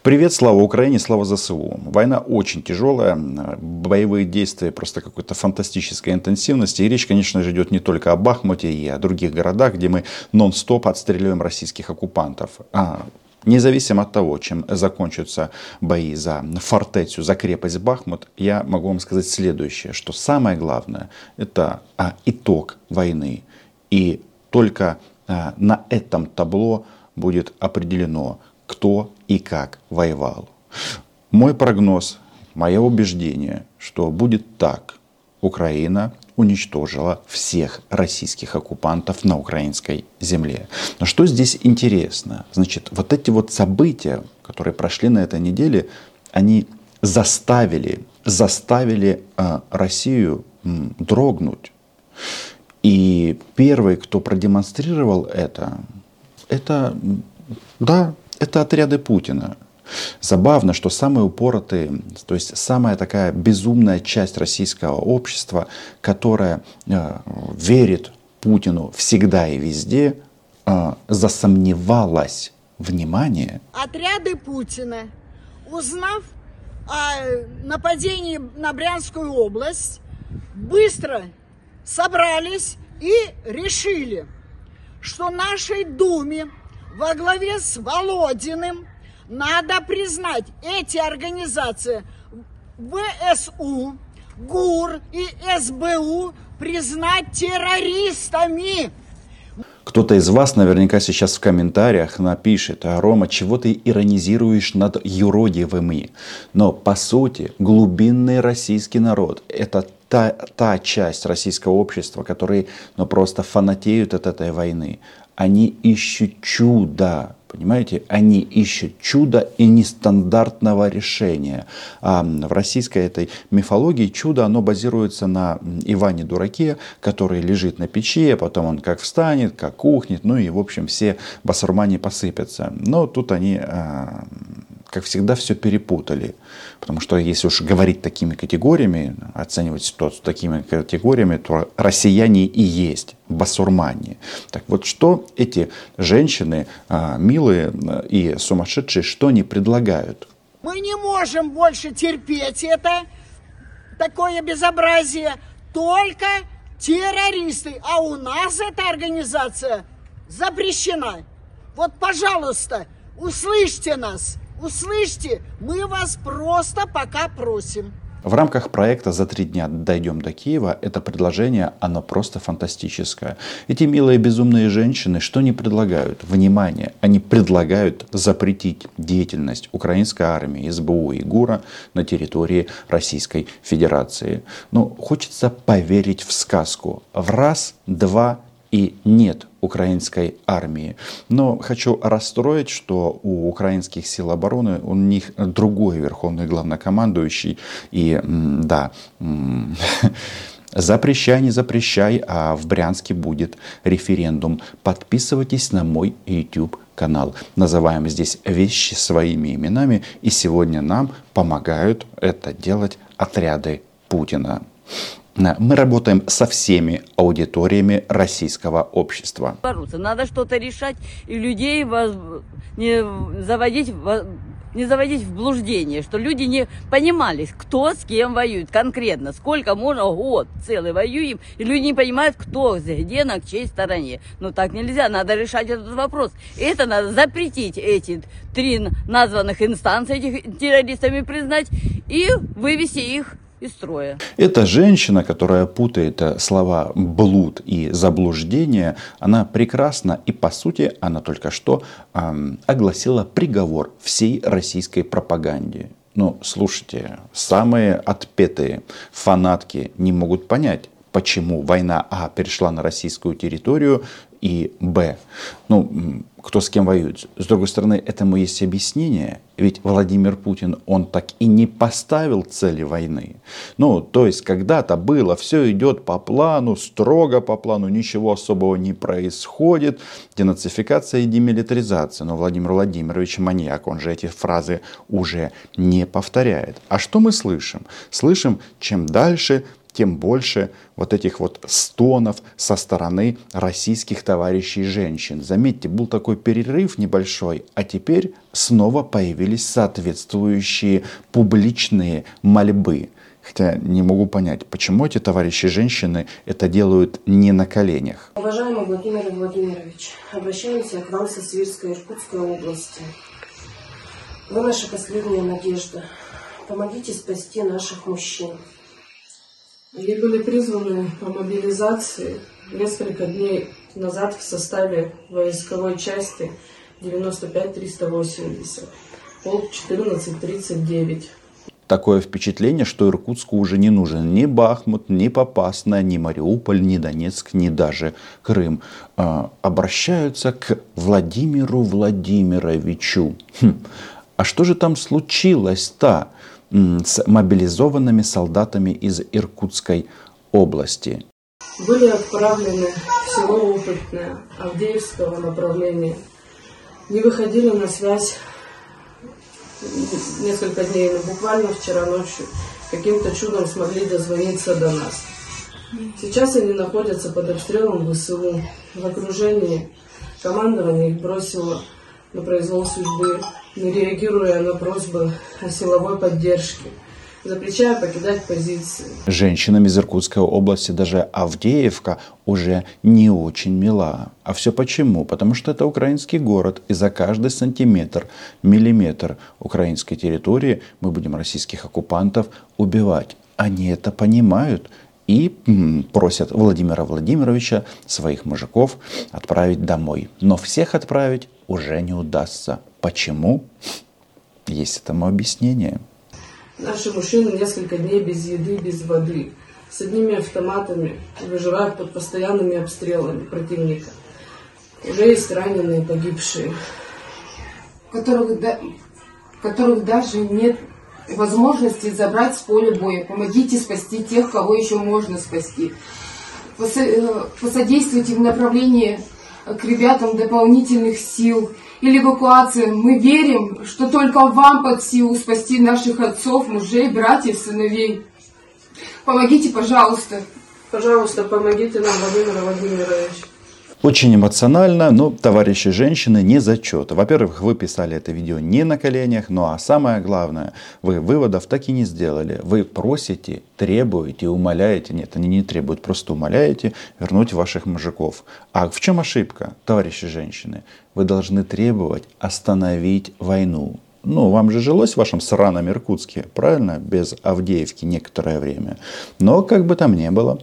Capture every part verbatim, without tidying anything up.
Привет, слава Украине, слава ЗСУ. Война очень тяжелая, боевые действия просто какой-то фантастической интенсивности. И речь, конечно же, идет не только о Бахмуте и о других городах, где мы нон-стоп отстреливаем российских оккупантов. А независимо от того, чем закончатся бои за фортецию, за крепость Бахмут, я могу вам сказать следующее, что самое главное – это а, итог войны. И только а, на этом табло будет определено, кто и как воевал. Мой прогноз, мое убеждение, что будет так. Украина уничтожила всех российских оккупантов на украинской земле. Но что здесь интересно? Значит, вот эти вот события, которые прошли на этой неделе, они заставили, заставили э, Россию м, дрогнуть. И первый, кто продемонстрировал это, это, да, это отряды Путина. Забавно, что самые упоротые, то есть самая такая безумная часть российского общества, которая э, верит Путину всегда и везде, э, засомневалась. Внимание! Отряды Путина, узнав о нападении на Брянскую область, быстро собрались и решили, что нашей Думе во главе с Володиным надо признать эти организации ВСУ, ГУР и СБУ признать террористами. Кто-то из вас наверняка сейчас в комментариях напишет: а, Рома, чего ты иронизируешь над юродивыми? Но по сути глубинный российский народ — это та, та часть российского общества, которые ну, просто фанатеют от этой войны. Они ищут чуда, понимаете? Они ищут чуда и нестандартного решения. А в российской этой мифологии чудо, оно базируется на Иване Дураке, который лежит на печи, а потом он как встанет, как ухнет, ну и в общем все басурмане посыпятся. Но тут они, как всегда, все перепутали. Потому что если уж говорить такими категориями, оценивать ситуацию такими категориями, то россияне и есть басурмане. Так вот, что эти женщины, милые и сумасшедшие, что они предлагают? Мы не можем больше терпеть это, такое безобразие, только террористы. А у нас эта организация запрещена. Вот, пожалуйста, услышьте нас. Услышьте, мы вас просто пока просим. В рамках проекта «За три дня дойдем до Киева» это предложение, оно просто фантастическое. Эти милые безумные женщины что они предлагают? Внимание! Они предлагают запретить деятельность украинской армии, СБУ и ГУРа на территории Российской Федерации. Но хочется поверить в сказку. В раз, два и нет украинской армии. Но хочу расстроить, что у украинских сил обороны у них другой верховный главнокомандующий. И да, запрещай, не запрещай, а в Брянске будет референдум. Подписывайтесь на мой YouTube канал. Называем здесь вещи своими именами. И сегодня нам помогают это делать отряды Путина. Мы работаем со всеми аудиториями российского общества. Надо что-то решать и людей не заводить, не заводить в блуждение, что люди не понимали, кто с кем воюет конкретно, сколько можно, год целый воюем, и люди не понимают, кто где, на чьей стороне. Но так нельзя, надо решать этот вопрос. Это надо запретить, эти три названных инстанции, этих террористами признать, и вывести их из строя. Эта женщина, которая путает слова блуд и заблуждение, она прекрасна, и по сути она только что эм, огласила приговор всей российской пропаганде. Ну, слушайте, самые отпетые фанатки не могут понять, почему война а перешла на российскую территорию, и б, ну, кто с кем воюет. С другой стороны, этому есть объяснение. Ведь Владимир Путин, он так и не поставил цели войны. Ну, то есть, когда-то было, все идет по плану, строго по плану, ничего особого не происходит. Денацификация и демилитаризация. Но Владимир Владимирович маньяк, он же эти фразы уже не повторяет. А что мы слышим? Слышим, чем дальше, тем больше вот этих вот стонов со стороны российских товарищей женщин. Заметьте, был такой перерыв небольшой, а теперь снова появились соответствующие публичные мольбы. Хотя не могу понять, почему эти товарищи женщины это делают не на коленях. Уважаемый Владимир Владимирович, обращаемся к вам со Свирской Иркутской области. Вы наша последняя надежда. Помогите спасти наших мужчин. Они были призваны по мобилизации несколько дней назад в составе войсковой части девяносто пять триста восемьдесят, полк четырнадцать тридцать девять. Такое впечатление, что Иркутску уже не нужен ни Бахмут, ни Попасная, ни Мариуполь, ни Донецк, ни даже Крым. А, обращаются к Владимиру Владимировичу. Хм. А что же там случилось-то с мобилизованными солдатами из Иркутской области? Были отправлены в село Опытное Авдеевского направления. Не выходили на связь несколько дней, но буквально вчера ночью каким-то чудом смогли дозвониться до нас. Сейчас они находятся под обстрелом ВСУ. В окружении командование их бросило на произвол судьбы, не реагируя на просьбы о силовой поддержке, запрещая покидать позиции. Женщинам из Иркутской области даже Авдеевка уже не очень мила. А все почему? Потому что это украинский город, и за каждый сантиметр, миллиметр украинской территории мы будем российских оккупантов убивать. Они это понимают и просят Владимира Владимировича, своих мужиков, отправить домой. Но всех отправить уже не удастся. Почему? Есть этому объяснение. Наши мужчины несколько дней без еды, без воды, с одними автоматами, выживают под постоянными обстрелами противника. Уже есть раненые, погибшие. Которых, да, которых даже нет возможности забрать с поля боя. Помогите спасти тех, кого еще можно спасти. Посодействуйте в направлении к ребятам дополнительных сил или эвакуации. Мы верим, что только вам под силу спасти наших отцов, мужей, братьев, сыновей. Помогите, пожалуйста. Пожалуйста, помогите нам, Владимир Владимирович. Очень эмоционально, но, товарищи женщины, не зачет. Во-первых, вы писали это видео не на коленях, ну а самое главное, вы выводов так и не сделали. Вы просите, требуете, умоляете, нет, они не требуют, просто умоляете вернуть ваших мужиков. А в чем ошибка, товарищи женщины? Вы должны требовать остановить войну. Ну, вам же жилось в вашем сраном Иркутске, правильно? Без Авдеевки некоторое время. Но как бы там ни было,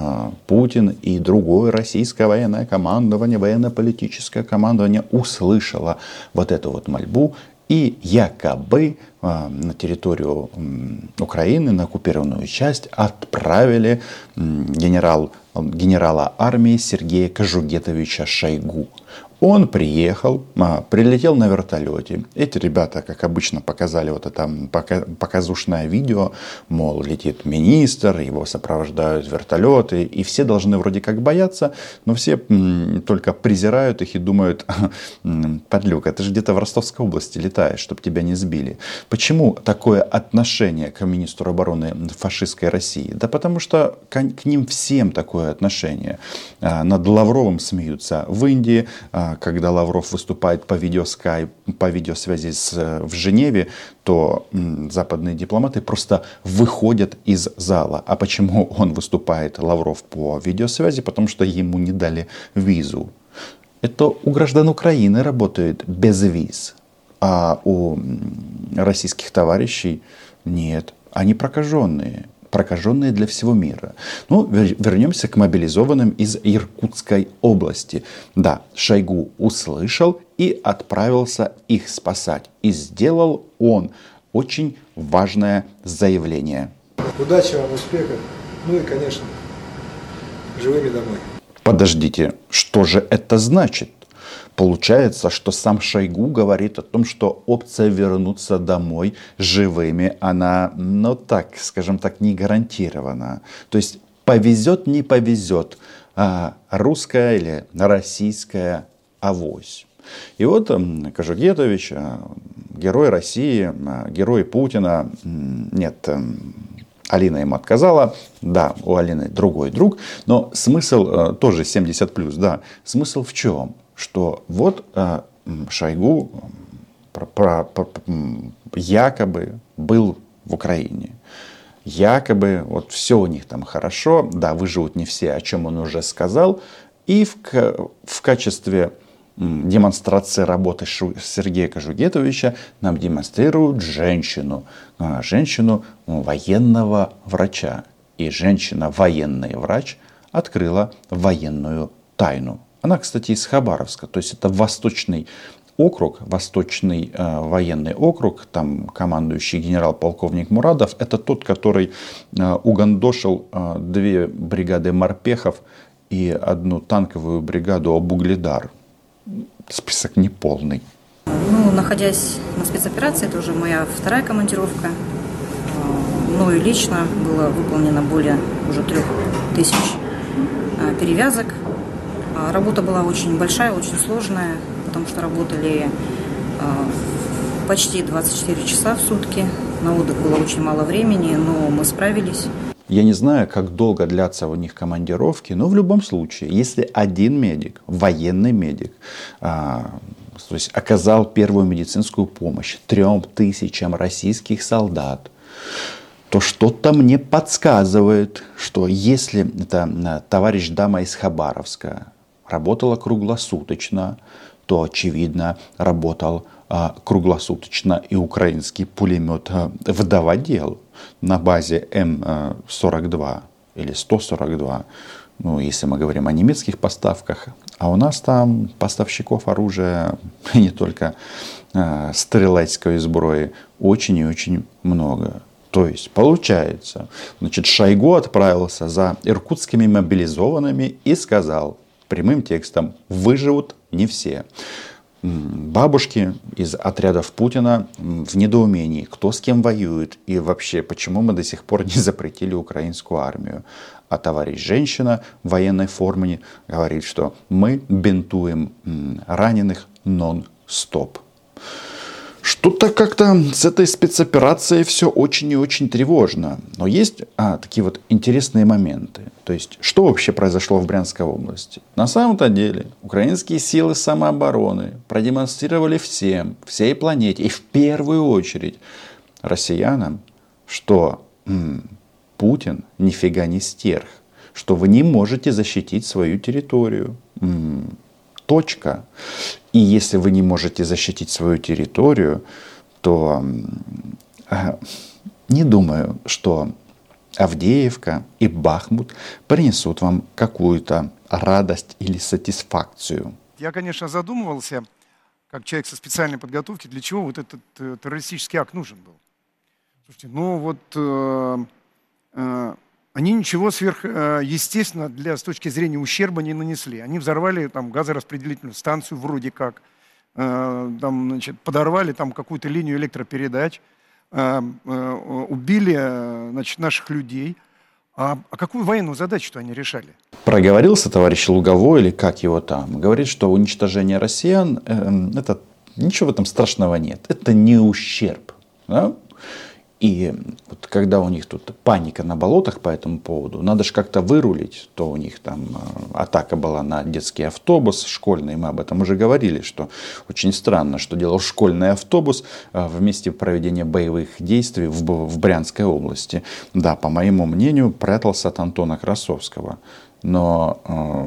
Путин и другое российское военное командование, военно-политическое командование услышало вот эту вот мольбу и якобы на территорию Украины, на оккупированную часть, отправили генерал, генерала армии Сергея Кожугетовича Шойгу. Он приехал, прилетел на вертолете. Эти ребята, как обычно, показали вот это показушное видео, мол, летит министр, его сопровождают вертолеты, и все должны вроде как бояться, но все только презирают их и думают: подлюка, ты же где-то в Ростовской области летаешь, чтобы тебя не сбили. Почему такое отношение к министру обороны фашистской России? Да потому что к ним всем такое отношение. Над Лавровым смеются в Индии, когда Лавров выступает по видеоскайп, по видеосвязи с, в Женеве, то м, западные дипломаты просто выходят из зала. А почему он выступает, Лавров, по видеосвязи? Потому что ему не дали визу. Это у граждан Украины работает без виз, а у российских товарищей нет. Они прокаженные. Прокаженные для всего мира. Ну, вернемся к мобилизованным из Иркутской области. Да, Шойгу услышал и отправился их спасать. И сделал он очень важное заявление. Удачи вам, успехов. Ну и, конечно, живыми домой. Подождите, что же это значит? Получается, что сам Шойгу говорит о том, что опция вернуться домой живыми, она, ну так, скажем так, не гарантирована. То есть повезет, не повезет, а русская или российская авось. И вот Кожугетович, герой России, герой Путина, нет, Алина ему отказала. Да, у Алины другой друг. Но смысл тоже семьдесят плюс. Да. Смысл в чем? Что вот Шойгу якобы был в Украине. Якобы вот все у них там хорошо. Да, выживут не все, о чем он уже сказал. И в, в качестве демонстрации работы Сергея Кожугетовича нам демонстрируют женщину. Женщину военного врача. И женщина, военный врач, открыла военную тайну. Она, кстати, из Хабаровска. То есть это восточный округ, восточный э, военный округ. Там командующий генерал-полковник Мурадов. Это тот, который э, угандошил э, две бригады морпехов и одну танковую бригаду Абугледар. Список неполный. Ну, находясь на спецоперации, это уже моя вторая командировка. Мною лично было выполнено более уже трех тысяч перевязок. Работа была очень большая, очень сложная, потому что работали почти двадцать четыре часа в сутки. На отдых было очень мало времени, но мы справились. Я не знаю, как долго длятся у них командировки, но в любом случае, если один медик, военный медик, а, то есть оказал первую медицинскую помощь трем тысячам российских солдат, то что-то мне подсказывает, что если это товарищ дама из Хабаровска работала круглосуточно, то, очевидно, работал а, круглосуточно и украинский пулемет а, «Вдоводел» на базе эм сорок два или сто сорок два. Ну, если мы говорим о немецких поставках. А у нас там поставщиков оружия, и не только а, стрелецкой сброи, очень и очень много. То есть, получается, значит, Шойгу отправился за иркутскими мобилизованными и сказал прямым текстом: выживут не все. Бабушки из отрядов Путина в недоумении, кто с кем воюет и вообще почему мы до сих пор не запретили украинскую армию. А товарищ женщина в военной форме говорит, что мы бинтуем раненых нон-стоп. Что-то как-то с этой спецоперацией все очень и очень тревожно. Но есть а, такие вот интересные моменты. То есть, что вообще произошло в Брянской области? На самом-то деле, украинские силы самообороны продемонстрировали всем, всей планете, и в первую очередь россиянам, что м, Путин нифига не стерх, что вы не можете защитить свою территорию. М, Точка. И если вы не можете защитить свою территорию, то э, не думаю, что Авдеевка и Бахмут принесут вам какую-то радость или сатисфакцию. Я, конечно, задумывался, как человек со специальной подготовки, для чего вот этот э, террористический акт нужен был. Слушайте, ну вот э, э, они ничего сверхъестественно для, с точки зрения ущерба не нанесли. Они взорвали там газораспределительную станцию вроде как, э, там, значит, подорвали там какую-то линию электропередач, э, э, убили значит, наших людей. А, а какую военную задачу-то они решали? Проговорился товарищ Луговой, или как его там, говорит, что уничтожение россиян, э, это ничего в этом страшного нет. Это не ущерб. Да? И вот когда у них тут паника на болотах по этому поводу, надо же как-то вырулить, то у них там атака была на детский автобус школьный, мы об этом уже говорили, что очень странно, что делал школьный автобус в месте проведения боевых действий в, в Брянской области. Да, по моему мнению, прятался от Антона Красовского. Но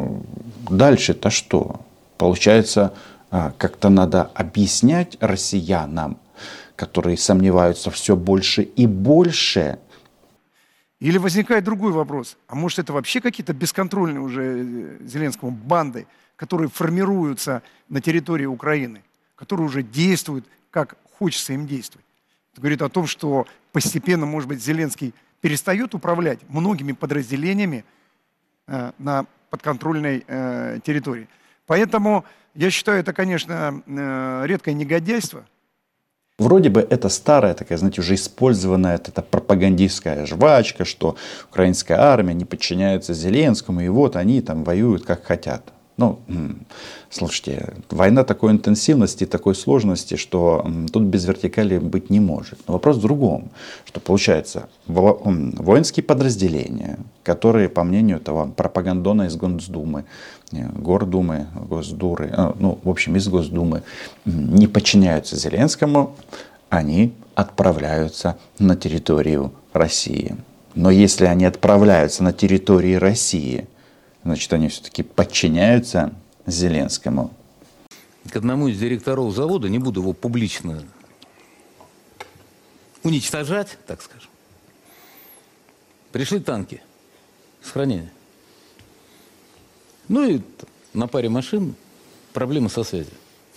э, дальше-то что? Получается, э, как-то надо объяснять россиянам, которые сомневаются все больше и больше. Или возникает другой вопрос. А может, это вообще какие-то бесконтрольные уже Зеленскому банды, которые формируются на территории Украины, которые уже действуют, как хочется им действовать. Это говорит о том, что постепенно, может быть, Зеленский перестает управлять многими подразделениями э, на подконтрольной э, территории. Поэтому я считаю, это, конечно, э, редкое негодяйство. Вроде бы это старая такая, знаете, уже использованная эта пропагандистская жвачка, что украинская армия не подчиняется Зеленскому, и вот они там воюют как хотят. Ну, слушайте, война такой интенсивности, такой сложности, что тут без вертикали быть не может. Но вопрос в другом, что получается, воинские подразделения, которые, по мнению этого пропагандона из Госдумы, Гордумы, Госдуры, ну, в общем, из Госдумы, не подчиняются Зеленскому, они отправляются на территорию России. Но если они отправляются на территорию России, значит, они все-таки подчиняются Зеленскому. К одному из директоров завода, не буду его публично уничтожать, так скажем, пришли танки с хранения. Ну и на паре машин проблемы со связью.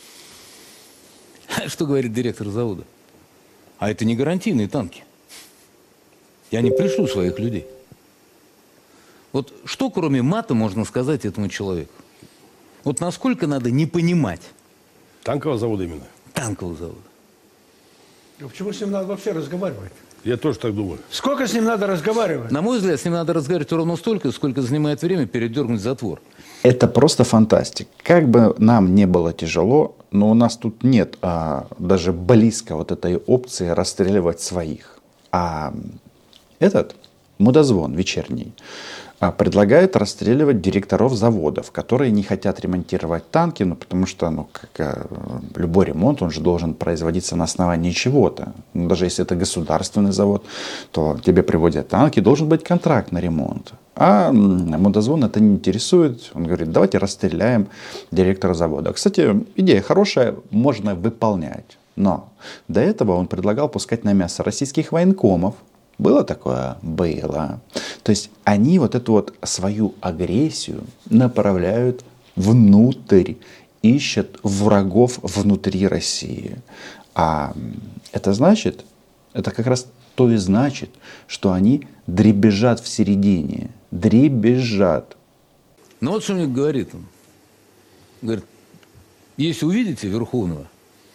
Что говорит директор завода? А это не гарантийные танки. Я не пришлю своих людей. Вот что, кроме мата, можно сказать этому человеку? Вот насколько надо не понимать? Танкового завода именно. Танкового завода. А почему с ним надо вообще разговаривать? Я тоже так думаю. Сколько с ним надо разговаривать? На мой взгляд, с ним надо разговаривать ровно столько, сколько занимает время передернуть затвор. Это просто фантастика. Как бы нам не было тяжело, но у нас тут нет а, даже близко вот этой опции расстреливать своих. А этот мудозвон вечерний предлагает расстреливать директоров заводов, которые не хотят ремонтировать танки, ну, потому что ну, как, любой ремонт, он же должен производиться на основании чего-то. Ну, даже если это государственный завод, то тебе приводят танки, должен быть контракт на ремонт. А мудозвон это не интересует. Он говорит, давайте расстреляем директора завода. Кстати, идея хорошая, можно выполнять. Но до этого он предлагал пускать на мясо российских военкомов. Было такое? Было. То есть они вот эту вот свою агрессию направляют внутрь, ищут врагов внутри России. А это значит, это как раз то и значит, что они дребезжат в середине. Дребезжат. Ну вот что мне говорит он. Говорит, если увидите Верховного,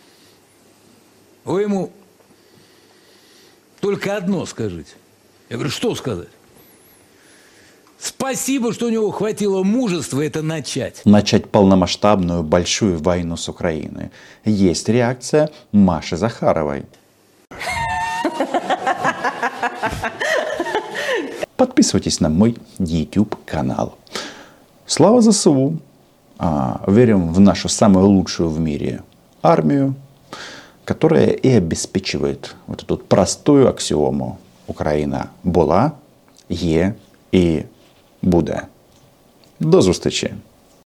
вы ему только одно скажите. Я говорю, что сказать? Спасибо, что у него хватило мужества это начать. Начать полномасштабную большую войну с Украиной. Есть реакция Маши Захаровой. Подписывайтесь на мой YouTube канал. Слава ЗСУ. Верим в нашу самую лучшую в мире армию, которая и обеспечивает вот эту простую аксиому. Україна була, є і буде. До зустрічі!